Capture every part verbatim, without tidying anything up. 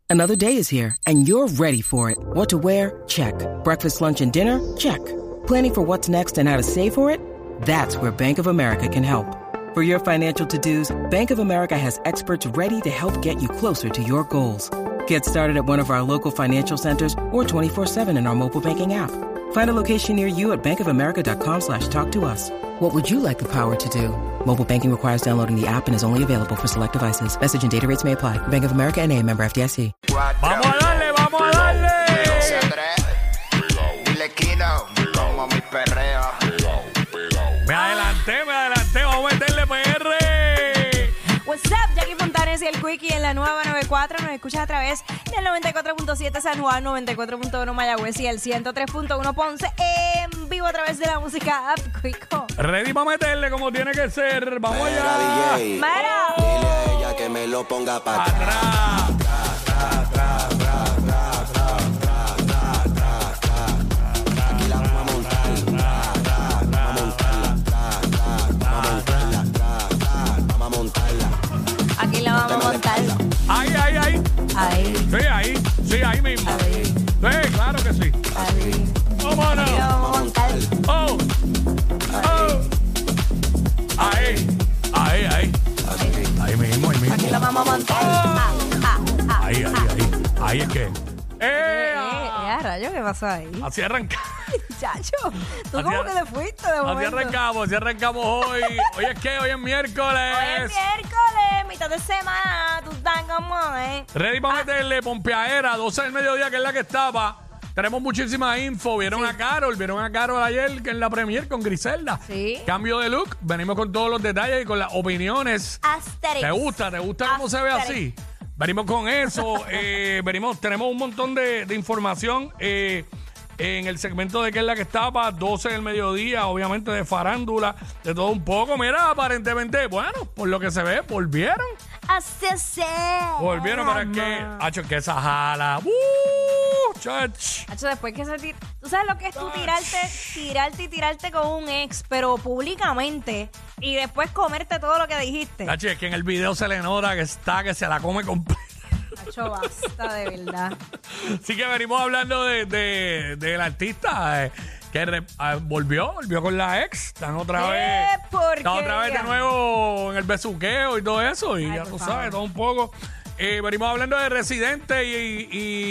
Another day is here, and you're ready for it. What to wear? Check. Breakfast, lunch, and dinner? Check. Planning for what's next and how to save for it? That's where Bank of America can help. For your financial to-dos, Bank of America has experts ready to help get you closer to your goals. Get started at one of our local financial centers or twenty-four seven in our mobile banking app. Find a location near you at bankofamerica.com slash talk to us. What would you like the power to do? Mobile banking requires downloading the app and is only available for select devices. Message and data rates may apply. Bank of America N A, member F D I C. Vamos a darle, vamos a darle. Dile Kino, como mi perreo. Me adelanté, me adelanté. Vamos a meterle P R. What's up, Jackie Fontanes y el Quickie en la nueva noventa y cuatro. Nos escuchas a través del noventa y cuatro punto siete San Juan, noventa y cuatro punto uno Mayagüez y el ciento tres punto uno Ponce en vivo a través de la música app Quico. Ready para meterle como tiene que ser. Vamos Mira, allá. D J, Mira. dile a ella que me lo ponga para atrás. Atrás. Aquí la vamos a montar. Vamos a montarla. Vamos a montarla. Aquí la vamos a montar. Ahí, ahí, ahí. Ahí, Sí, ahí. Sí, ahí mismo. ahí, Sí, claro que sí. ahí. Vámonos. Aquí la vamos a montar. Oh. Oh. Ahí. Ahí, ahí. Ahí mismo, ahí mismo. Aquí la vamos a montar. Ah, ah, ah. Ahí, ahí, ahí. Ahí es que. ¡Eh! Eh, eh, rayo, ¿qué pasó ahí? Así arrancamos. Chacho, tú Así como ar- que te fuiste de Así momento. arrancamos, así arrancamos hoy. Hoy es que, hoy es miércoles. Hoy es miércoles, mitad de semana, tú estás como, ¿eh? Ready para meterle pompeadera, doce del mediodía, que es la que estaba. Tenemos muchísima info. Vieron a Carol, vieron a Carol ayer que en la premier con Griselda. Sí. Cambio de look. Venimos con todos los detalles y con las opiniones. Asterix. ¿Te gusta? ¿Te gusta cómo se ve así? Venimos con eso. eh, venimos, tenemos un montón de, de información eh, en el segmento de que es la que estaba, doce del mediodía, obviamente de farándula, de todo un poco. Mira, aparentemente, bueno, por lo que se ve, volvieron. Así se. Volvieron, pero es que, hacho, que esa jala. ¡Uh! Chach. Hacho, después que se tira. ¿Tú sabes lo que es tú tirarte, tirarte y tirarte con un ex, pero públicamente, y después comerte todo lo que dijiste? Chachi, es que en el video se le nota que está, que se la come completa. Hacho, basta, de verdad. Así que venimos hablando de, de, del artista eh, que re- ah, volvió, volvió con la ex. Están otra ¡Qué vez. porquería! Están otra vez de nuevo en el besuqueo y todo eso. Y Ay, ya por tú favor. sabes, todo un poco. Eh, venimos hablando de Residente y,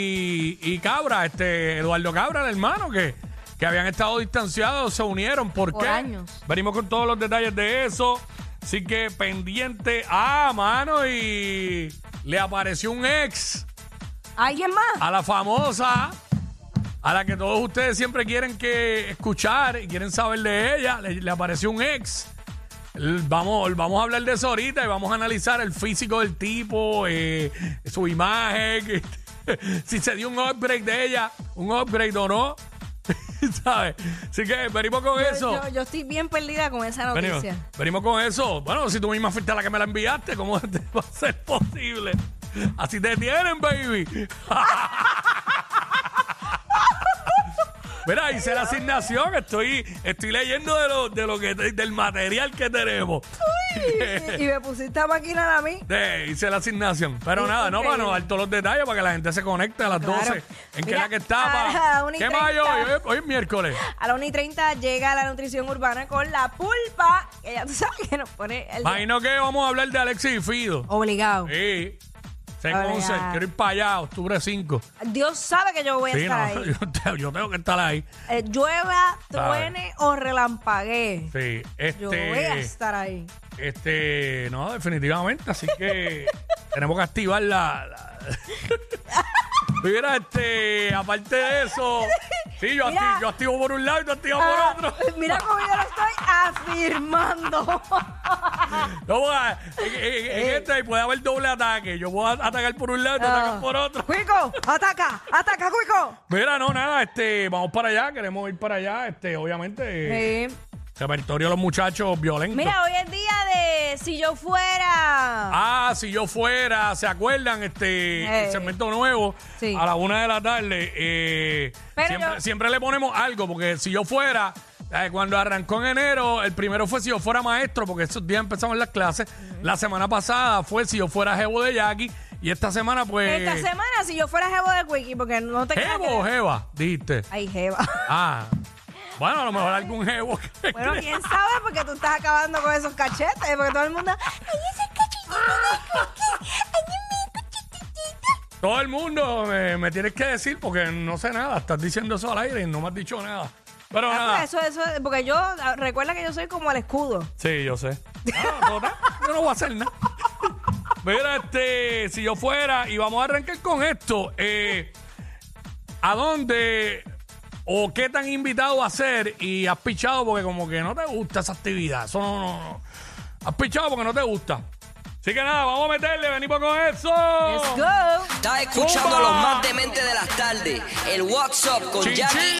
y, y Cabra, este Eduardo Cabra, el hermano, que, que habían estado distanciados, se unieron. ¿Por, Por qué? años. Venimos con todos los detalles de eso. Así que pendiente. Ah, mano, y le apareció un ex ¿Alguien más? a la famosa, a la que todos ustedes siempre quieren que escuchar y quieren saber de ella. Le, le apareció un ex. El- Vamos, vamos a hablar de eso ahorita y vamos a analizar el físico del tipo, eh, su imagen, si se dio un upgrade de ella, un upgrade o no. ¿Sabes? Así que venimos con eso. Yo, yo estoy bien perdida con esa Venimos, noticia. venimos con eso. Bueno, si tú misma fuiste la que me la enviaste, ¿cómo te va a ser posible? Así te tienen, baby. Mira, hice la asignación. Estoy, estoy leyendo de lo, de lo que del material que tenemos. y, y me pusiste a maquinar a mí. Eh, hice la asignación. Pero nada, no, para no dar todos los detalles para que la gente se conecte a las Claro. doce. ¿En qué Mira, es la que está? a pa? una y ¿Qué más hay treinta. hoy? Hoy, hoy es miércoles. A la una y treinta llega la nutrición urbana con la pulpa. Que ya tú sabes que nos pone el Imagino que vamos a hablar de Alexis y Fido. obligado. Sí. Sé Obligado. once, quiero ir para allá, octubre cinco. Dios sabe que yo voy a Sí, estar no, ahí. yo, te- yo tengo que estar ahí. Eh, llueva, Sabe. truene o relampaguee. Sí, Yo voy a este, estar ahí. este, no, definitivamente, así que tenemos que activar la, la- Mira, este, aparte de eso, sí, yo, Mira. activo, yo activo por un lado y tú activas Ah, por otro. mira cómo yo lo estoy afirmando. No, porque en, en- en este puede haber doble ataque. Yo puedo atacar por un lado y tú Ah. atacas por otro. Cuico, ataca, ataca, Cuico. Mira, no, nada, este, vamos para allá, queremos ir para allá, este, obviamente, Sí. repertorio de los muchachos violentos. Mira, hoy es día de si yo fuera. Ah, si yo fuera, ¿se acuerdan? Este Eh. el segmento nuevo Sí. a la una de la tarde. eh, Pero siempre, yo- siempre le ponemos algo, porque si yo fuera, eh, cuando arrancó en enero, el primero fue si yo fuera maestro, porque esos días empezamos las clases. La semana pasada fue si yo fuera jevo de Jackie. Y esta semana, pues. Esta semana, si yo fuera jevo de Quickie, porque no te creas ¿Jevo que- o jeva? Dijiste. Ay, jeva. Ah. Bueno, a lo mejor algún jevo. que- Bueno, quién sabe, porque tú estás acabando con esos cachetes, porque todo el mundo. Ay, ese cachetito de Quickie. Ay, mi cachetito. Todo el mundo me, me tienes que decir porque no sé nada. Estás diciendo eso al aire y no me has dicho nada. Pero Ah, nada. pues eso, eso, porque yo, recuerda que yo soy como el escudo. Sí, yo sé. Ah, total, yo no voy a hacer nada. Mira, este, si yo fuera, y vamos a arrancar con esto, eh, ¿a dónde o qué te han invitado a hacer y has pichado porque como que no te gusta esa actividad? Eso no, no, no. Has pichado porque no te gusta. Así que nada, vamos a meterle, venimos con eso. Let's go. Estás escuchando ¡Zumba! los más dementes de las tardes. El WhatsApp con Chin, Jackie